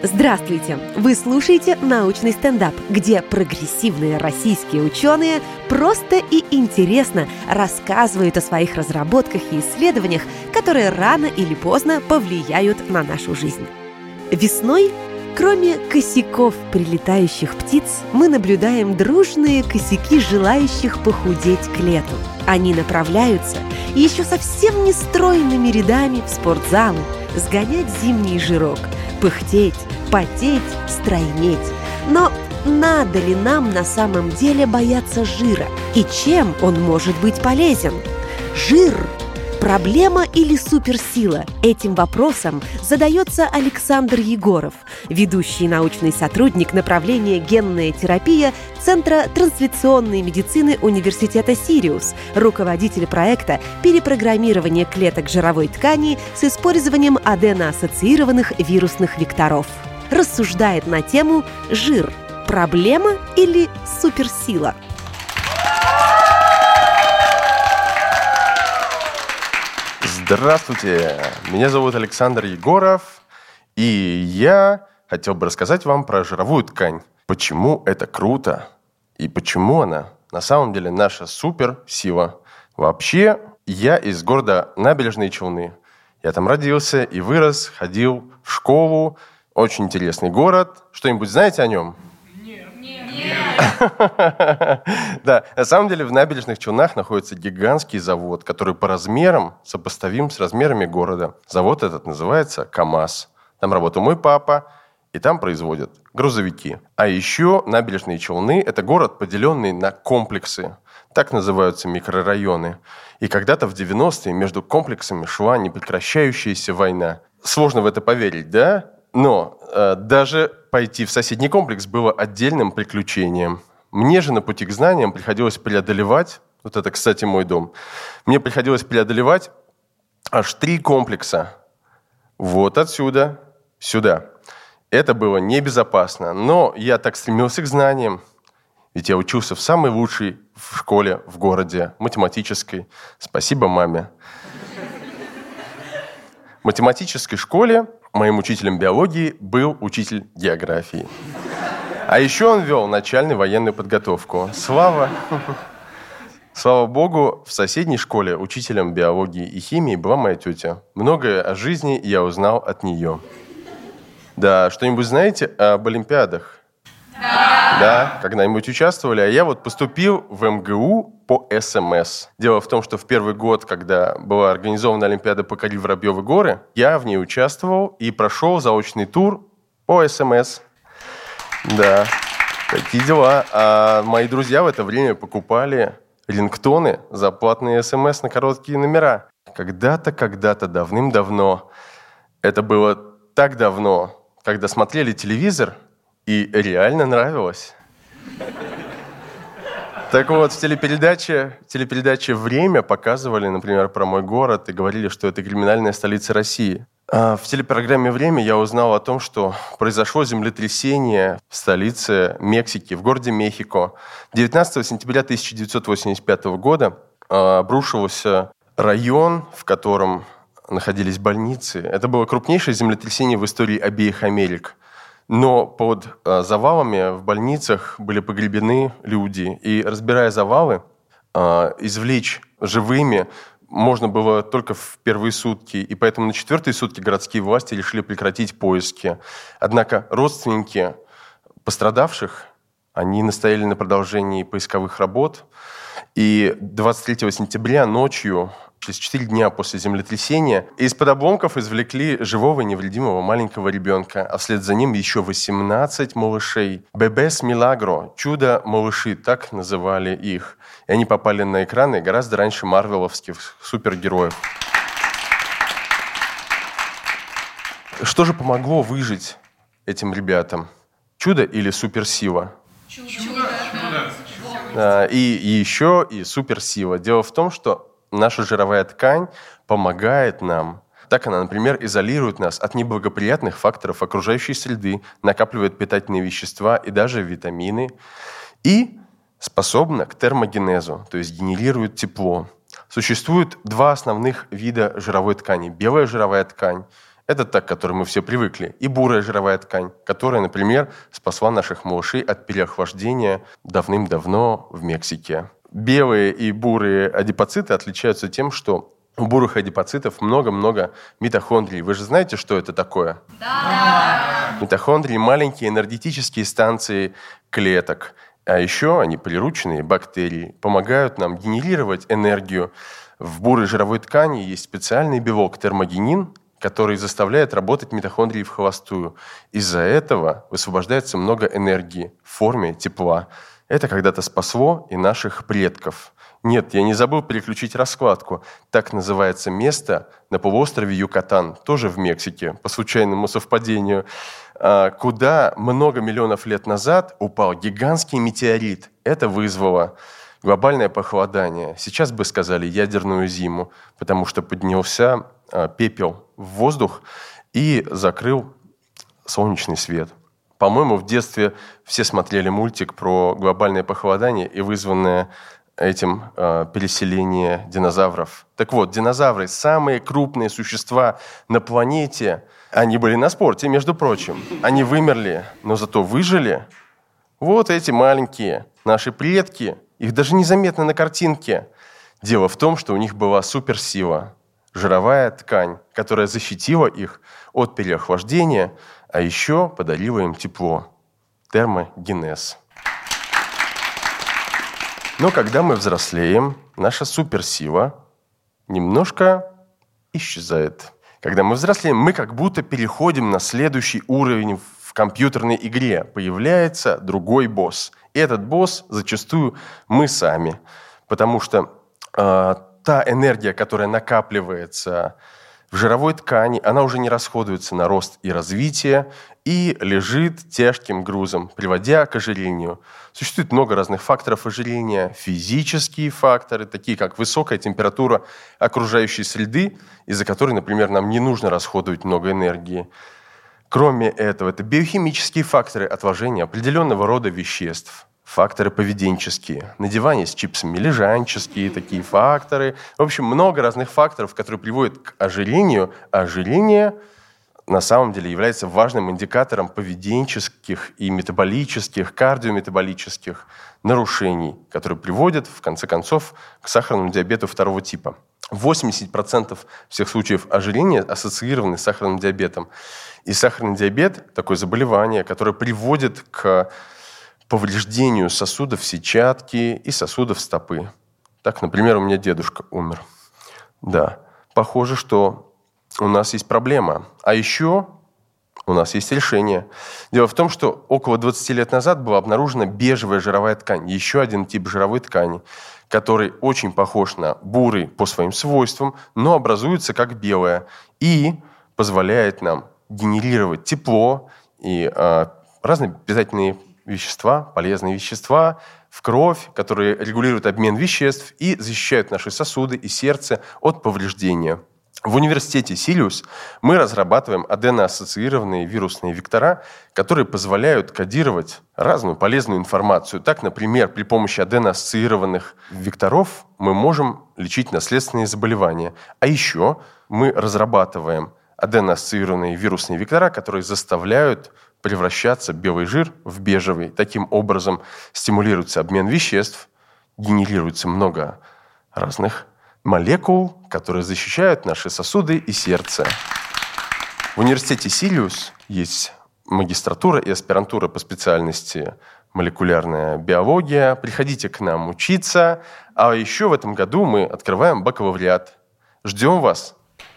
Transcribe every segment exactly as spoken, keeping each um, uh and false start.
Здравствуйте! Вы слушаете «Научный стендап», где прогрессивные российские ученые просто и интересно рассказывают о своих разработках и исследованиях, которые рано или поздно повлияют на нашу жизнь. Весной, кроме косяков прилетающих птиц, мы наблюдаем дружные косяки желающих похудеть к лету. Они направляются еще совсем не стройными рядами в спортзалы, сгонять зимний жирок, пыхтеть, потеть, стройнеть. Но надо ли нам на самом деле бояться жира? И чем он может быть полезен? Жир – проблема или суперсила? Этим вопросом задается Александр Егоров, ведущий научный сотрудник направления генная терапия Центра трансляционной медицины Университета Сириус, руководитель проекта перепрограммирования клеток жировой ткани с использованием аденоассоциированных вирусных векторов. Рассуждает на тему «Жир – проблема или суперсила?». Здравствуйте! Меня зовут Александр Егоров, и я хотел бы рассказать вам про жировую ткань. Почему это круто и почему она на самом деле наша суперсила. Вообще, я из города Набережные Челны. Я там родился и вырос, ходил в школу. Очень интересный город. Что-нибудь знаете о нем? Нет. Нет. Да, на самом деле в Набережных Челнах находится гигантский завод, который по размерам сопоставим с размерами города. Завод этот называется КАМАЗ. Там работал мой папа, и там производят грузовики. А еще Набережные Челны – это город, поделенный на комплексы. Так называются микрорайоны. И когда-то в девяностые между комплексами шла непрекращающаяся война. Сложно в это поверить, да? Но э, даже пойти в соседний комплекс было отдельным приключением. Мне же на пути к знаниям приходилось преодолевать, вот это, кстати, мой дом, мне приходилось преодолевать аж три комплекса. Вот отсюда, сюда. Это было небезопасно, но я так стремился к знаниям, ведь я учился в самой лучшей в школе в городе, математической. Спасибо маме. В математической школе моим учителем биологии был учитель географии. А еще он вел начальную военную подготовку. Слава, слава богу, в соседней школе учителем биологии и химии была моя тетя. Многое о жизни я узнал от нее. Да, что-нибудь знаете об олимпиадах? Да. Да, когда-нибудь участвовали? А я вот поступил в эм гэ у по эс эм эс. Дело в том, что в первый год, когда была организована Олимпиада «Покори Воробьевы горы», я в ней участвовал и прошел заочный тур по эс эм эс. Да, такие дела. А мои друзья в это время покупали рингтоны за платные эс эм эс на короткие номера. Когда-то, когда-то, давным-давно, это было так давно, когда смотрели телевизор, и реально нравилось. Так вот, в телепередаче, телепередаче «Время» показывали, например, про мой город и говорили, что это криминальная столица России. А в телепрограмме «Время» я узнал о том, что произошло землетрясение в столице Мексики, в городе Мехико. девятнадцатого сентября тысяча девятьсот восемьдесят пятого года обрушился район, в котором находились больницы. Это было крупнейшее землетрясение в истории обеих Америк. Но под э, завалами в больницах были погребены люди. И, разбирая завалы, э, извлечь живыми можно было только в первые сутки. И поэтому на четвертые сутки городские власти решили прекратить поиски. Однако родственники пострадавших, они настояли на продолжении поисковых работ. И двадцать третьего сентября ночью, через четыре дня после землетрясения, из-под обломков извлекли живого невредимого маленького ребенка, а вслед за ним еще восемнадцать малышей. «Бебес Милагро», чудо-малыши, так называли их. И они попали на экраны гораздо раньше марвеловских супергероев. Что же помогло выжить этим ребятам? Чудо или суперсила? Чудо. Да, и, и еще и суперсила. Дело в том, что наша жировая ткань помогает нам. Так она, например, изолирует нас от неблагоприятных факторов окружающей среды, накапливает питательные вещества и даже витамины. И способна к термогенезу, то есть генерирует тепло. Существует два основных вида жировой ткани. Белая жировая ткань – Это та, к которой мы все привыкли. И бурая жировая ткань, которая, например, спасла наших малышей от переохлаждения давным-давно в Мексике. Белые и бурые адипоциты отличаются тем, что у бурых адипоцитов много-много митохондрий. Вы же знаете, что это такое? Да. Митохондрии – маленькие энергетические станции клеток. А еще они прирученные бактерии, помогают нам генерировать энергию. В бурой жировой ткани есть специальный белок термогенин, который заставляет работать митохондрии в холостую. Из-за этого высвобождается много энергии в форме тепла. Это когда-то спасло и наших предков. Нет, я не забыл переключить раскладку. Так называется место на полуострове Юкатан, тоже в Мексике, по случайному совпадению, куда много миллионов лет назад упал гигантский метеорит. Это вызвало глобальное похолодание. Сейчас бы сказали ядерную зиму, потому что поднялся пепел в воздух и закрыл солнечный свет. По-моему, в детстве все смотрели мультик про глобальное похолодание и вызванное этим э, переселение динозавров. Так вот, динозавры – самые крупные существа на планете. Они были на спорте, между прочим. Они вымерли, но зато выжили. Вот эти маленькие наши предки. Их даже незаметно на картинке. Дело в том, что у них была суперсила. Жировая ткань, которая защитила их от переохлаждения, а еще подарила им тепло. Термогенез. Но когда мы взрослеем, наша суперсила немножко исчезает. Когда мы взрослеем, мы как будто переходим на следующий уровень в компьютерной игре. Появляется другой босс. И этот босс зачастую мы сами. Потому что э, та энергия, которая накапливается в жировой ткани, она уже не расходуется на рост и развитие и лежит тяжким грузом, приводя к ожирению. Существует много разных факторов ожирения. Физические факторы, такие как высокая температура окружающей среды, из-за которой, например, нам не нужно расходовать много энергии. Кроме этого, это биохимические факторы отложения определенного рода веществ. Факторы поведенческие, надевание с чипсами, лежанческие такие факторы. В общем, много разных факторов, которые приводят к ожирению. А ожирение на самом деле является важным индикатором поведенческих и метаболических, кардиометаболических нарушений, которые приводят, в конце концов, к сахарному диабету второго типа. восемьдесят процентов всех случаев ожирения ассоциированы с сахарным диабетом. И сахарный диабет – такое заболевание, которое приводит к повреждению сосудов сетчатки и сосудов стопы. Так, например, у меня дедушка умер. Да, похоже, что у нас есть проблема. А еще у нас есть решение. Дело в том, что около двадцать лет назад была обнаружена бежевая жировая ткань, еще один тип жировой ткани, который очень похож на бурый по своим свойствам, но образуется как белая и позволяет нам генерировать тепло и э, разные питательные вещества, полезные вещества в кровь, которые регулируют обмен веществ и защищают наши сосуды и сердце от повреждения. В университете Сириус мы разрабатываем аденоассоциированные вирусные вектора, которые позволяют кодировать разную полезную информацию. Так, например, при помощи аденоассоциированных векторов мы можем лечить наследственные заболевания. А еще мы разрабатываем аденоассоциированные вирусные вектора, которые заставляют превращаться белый жир в бежевый. Таким образом стимулируется обмен веществ, генерируется много разных молекул, которые защищают наши сосуды и сердце. В университете Сириус есть магистратура и аспирантура по специальности молекулярная биология. Приходите к нам учиться. А еще в этом году мы открываем бакалавриат. Ждем вас!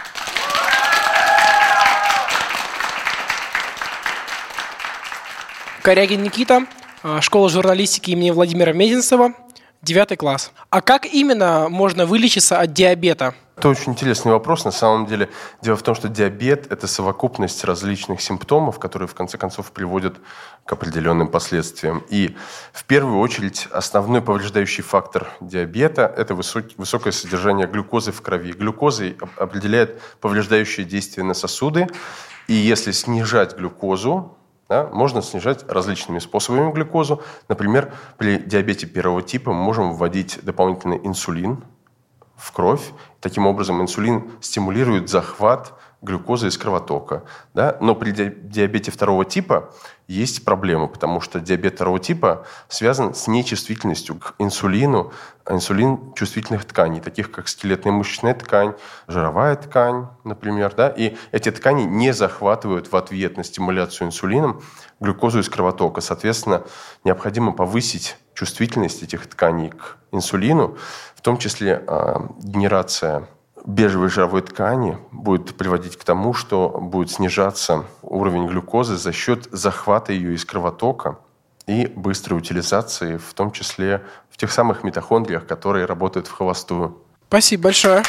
Корягин Никита, школа журналистики имени Владимира Мезенцева, девятый класс. А как именно можно вылечиться от диабета? Это очень интересный вопрос. На самом деле, дело в том, что диабет – это совокупность различных симптомов, которые, в конце концов, приводят к определенным последствиям. И, в первую очередь, основной повреждающий фактор диабета – это высокий, высокое содержание глюкозы в крови. Глюкоза определяет повреждающее действие на сосуды. И если снижать глюкозу, да, можно снижать различными способами глюкозу. Например, при диабете первого типа мы можем вводить дополнительный инсулин в кровь. Таким образом, инсулин стимулирует захват глюкоза из кровотока. Да? Но при диабете второго типа есть проблемы, потому что диабет второго типа связан с нечувствительностью к инсулину, инсулин чувствительных тканей, таких как скелетная мышечная ткань, жировая ткань, например. Да? И эти ткани не захватывают в ответ на стимуляцию инсулином глюкозу из кровотока. Соответственно, необходимо повысить чувствительность этих тканей к инсулину, в том числе э, генерация бежевой жировой ткани будет приводить к тому, что будет снижаться уровень глюкозы за счет захвата ее из кровотока и быстрой утилизации, в том числе в тех самых митохондриях, которые работают в холостую. Спасибо большое.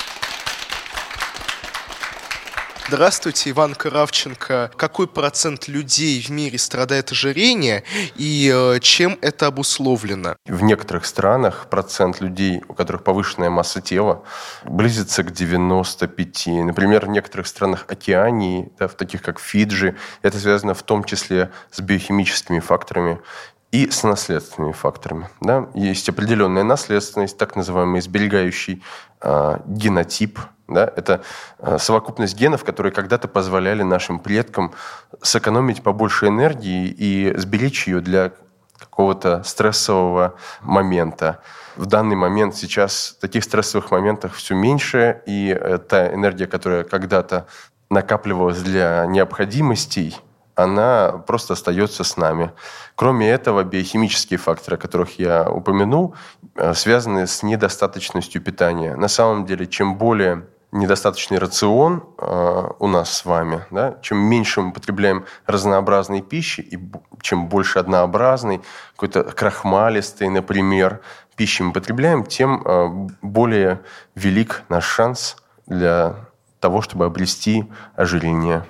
Здравствуйте, Иван Кравченко. Какой процент людей в мире страдает ожирением и э, чем это обусловлено? В некоторых странах процент людей, у которых повышенная масса тела, близится к девяноста пяти. Например, в некоторых странах Океании, да, в таких как Фиджи, это связано в том числе с биохимическими факторами и с наследственными факторами. Да? Есть определенная наследственность, так называемый сберегающий э, генотип. Да? Это э, совокупность генов, которые когда-то позволяли нашим предкам сэкономить побольше энергии и сберечь ее для какого-то стрессового момента. В данный момент сейчас таких стрессовых моментов все меньше, и та энергия, которая когда-то накапливалась для необходимостей, она просто остается с нами. Кроме этого, биохимические факторы, о которых я упомянул, связаны с недостаточностью питания. На самом деле, чем более недостаточный рацион э, у нас с вами, да, чем меньше мы потребляем разнообразной пищи, и чем больше однообразной, какой-то крахмалистой, например, пищи мы потребляем, тем э, более велик наш шанс для того, чтобы обрести ожирение.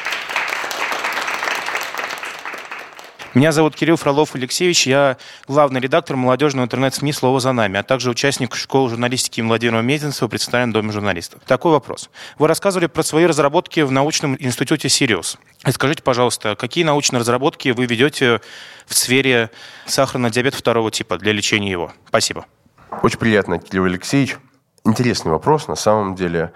Меня зовут Кирилл Фролов-Алексеевич, я главный редактор молодежного интернет-СМИ «Слово за нами», а также участник школы журналистики Владимира Мезенцева при Центральном доме журналистов. Такой вопрос. Вы рассказывали про свои разработки в научном институте «Сириус». Скажите, пожалуйста, какие научные разработки вы ведете в сфере сахарного диабета второго типа для лечения его? Спасибо. Очень приятно, Кирилл Алексеевич. Интересный вопрос. На самом деле,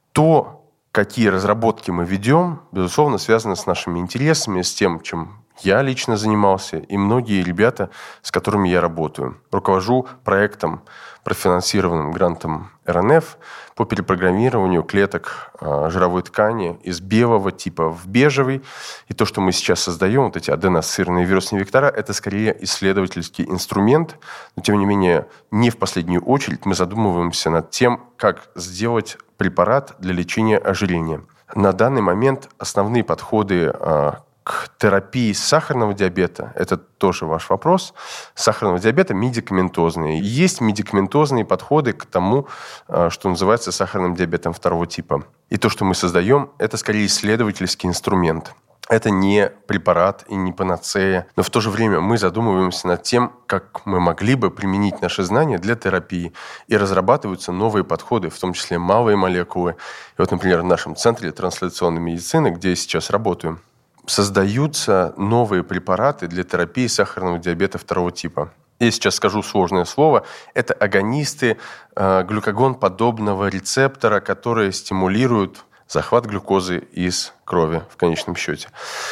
то, какие разработки мы ведем, безусловно, связано с нашими интересами, с тем, чем я лично занимался, и многие ребята, с которыми я работаю. Руковожу проектом, профинансированным грантом эр эн эф по перепрограммированию клеток э, жировой ткани из белого типа в бежевый. И то, что мы сейчас создаем, вот эти аденоассоциированные вирусные вектора, это скорее исследовательский инструмент. Но, тем не менее, не в последнюю очередь мы задумываемся над тем, как сделать препарат для лечения ожирения. На данный момент основные подходы э, к терапии сахарного диабета, это тоже ваш вопрос, сахарного диабета медикаментозные. Есть медикаментозные подходы к тому, что называется сахарным диабетом второго типа. И то, что мы создаем, это скорее исследовательский инструмент. Это не препарат и не панацея, но в то же время мы задумываемся над тем, как мы могли бы применить наши знания для терапии. И разрабатываются новые подходы, в том числе малые молекулы. И вот, например, в нашем центре трансляционной медицины, где я сейчас работаю, создаются новые препараты для терапии сахарного диабета второго типа. Я сейчас скажу сложное слово. Это агонисты э, глюкагон-подобного рецептора, которые стимулируют захват глюкозы из крови в конечном счете.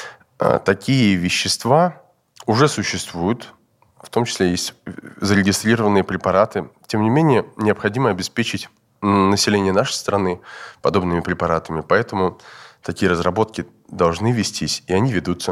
Э, такие вещества уже существуют, в том числе есть зарегистрированные препараты. Тем не менее, необходимо обеспечить население нашей страны подобными препаратами. Поэтому такие разработки должны вестись, и они ведутся.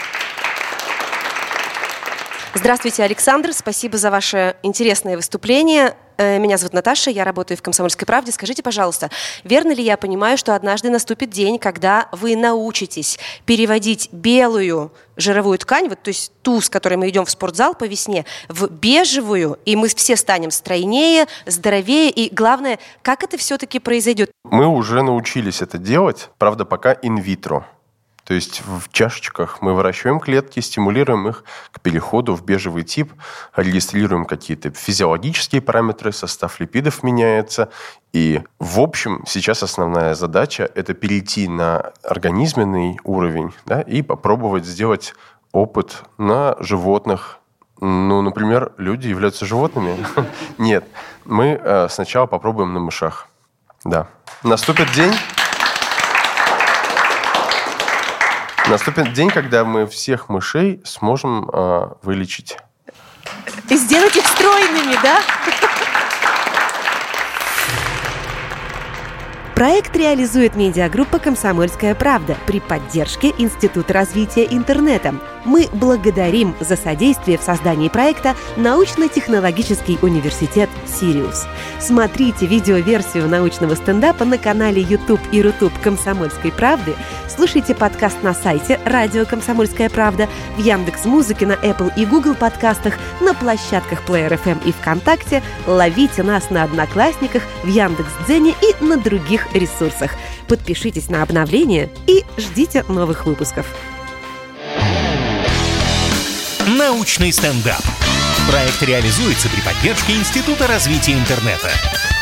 Здравствуйте, Александр. Спасибо за ваше интересное выступление. Меня зовут Наташа, я работаю в «Комсомольской правде». Скажите, пожалуйста, верно ли я понимаю, что однажды наступит день, когда вы научитесь переводить белую жировую ткань, вот, то есть ту, с которой мы идем в спортзал по весне, в бежевую, и мы все станем стройнее, здоровее, и главное, как это все-таки произойдет? Мы уже научились это делать, правда, пока инвитро. То есть в чашечках мы выращиваем клетки, стимулируем их к переходу в бежевый тип, регистрируем какие-то физиологические параметры, состав липидов меняется. И, в общем, сейчас основная задача – это перейти на организменный уровень, да, и попробовать сделать опыт на животных. Ну, например, люди являются животными? Нет. Мы сначала попробуем на мышах. Да. Наступит день... Наступит день, когда мы всех мышей сможем э, вылечить. И сделать их стройными, да? Проект реализует медиагруппа «Комсомольская правда» при поддержке Института развития интернета. Мы благодарим за содействие в создании проекта научно-технологический университет «Сириус». Смотрите видеоверсию научного стендапа на канале YouTube и Рутуб «Комсомольской правды», слушайте подкаст на сайте «Радио Комсомольская правда», в Яндекс.Музыке, на Apple и Google подкастах, на площадках Player эф эм и ВКонтакте, ловите нас на Одноклассниках, в Яндекс.Дзене и на других ресурсах. Подпишитесь на обновления и ждите новых выпусков. Научный стендап. Проект реализуется при поддержке Института развития интернета.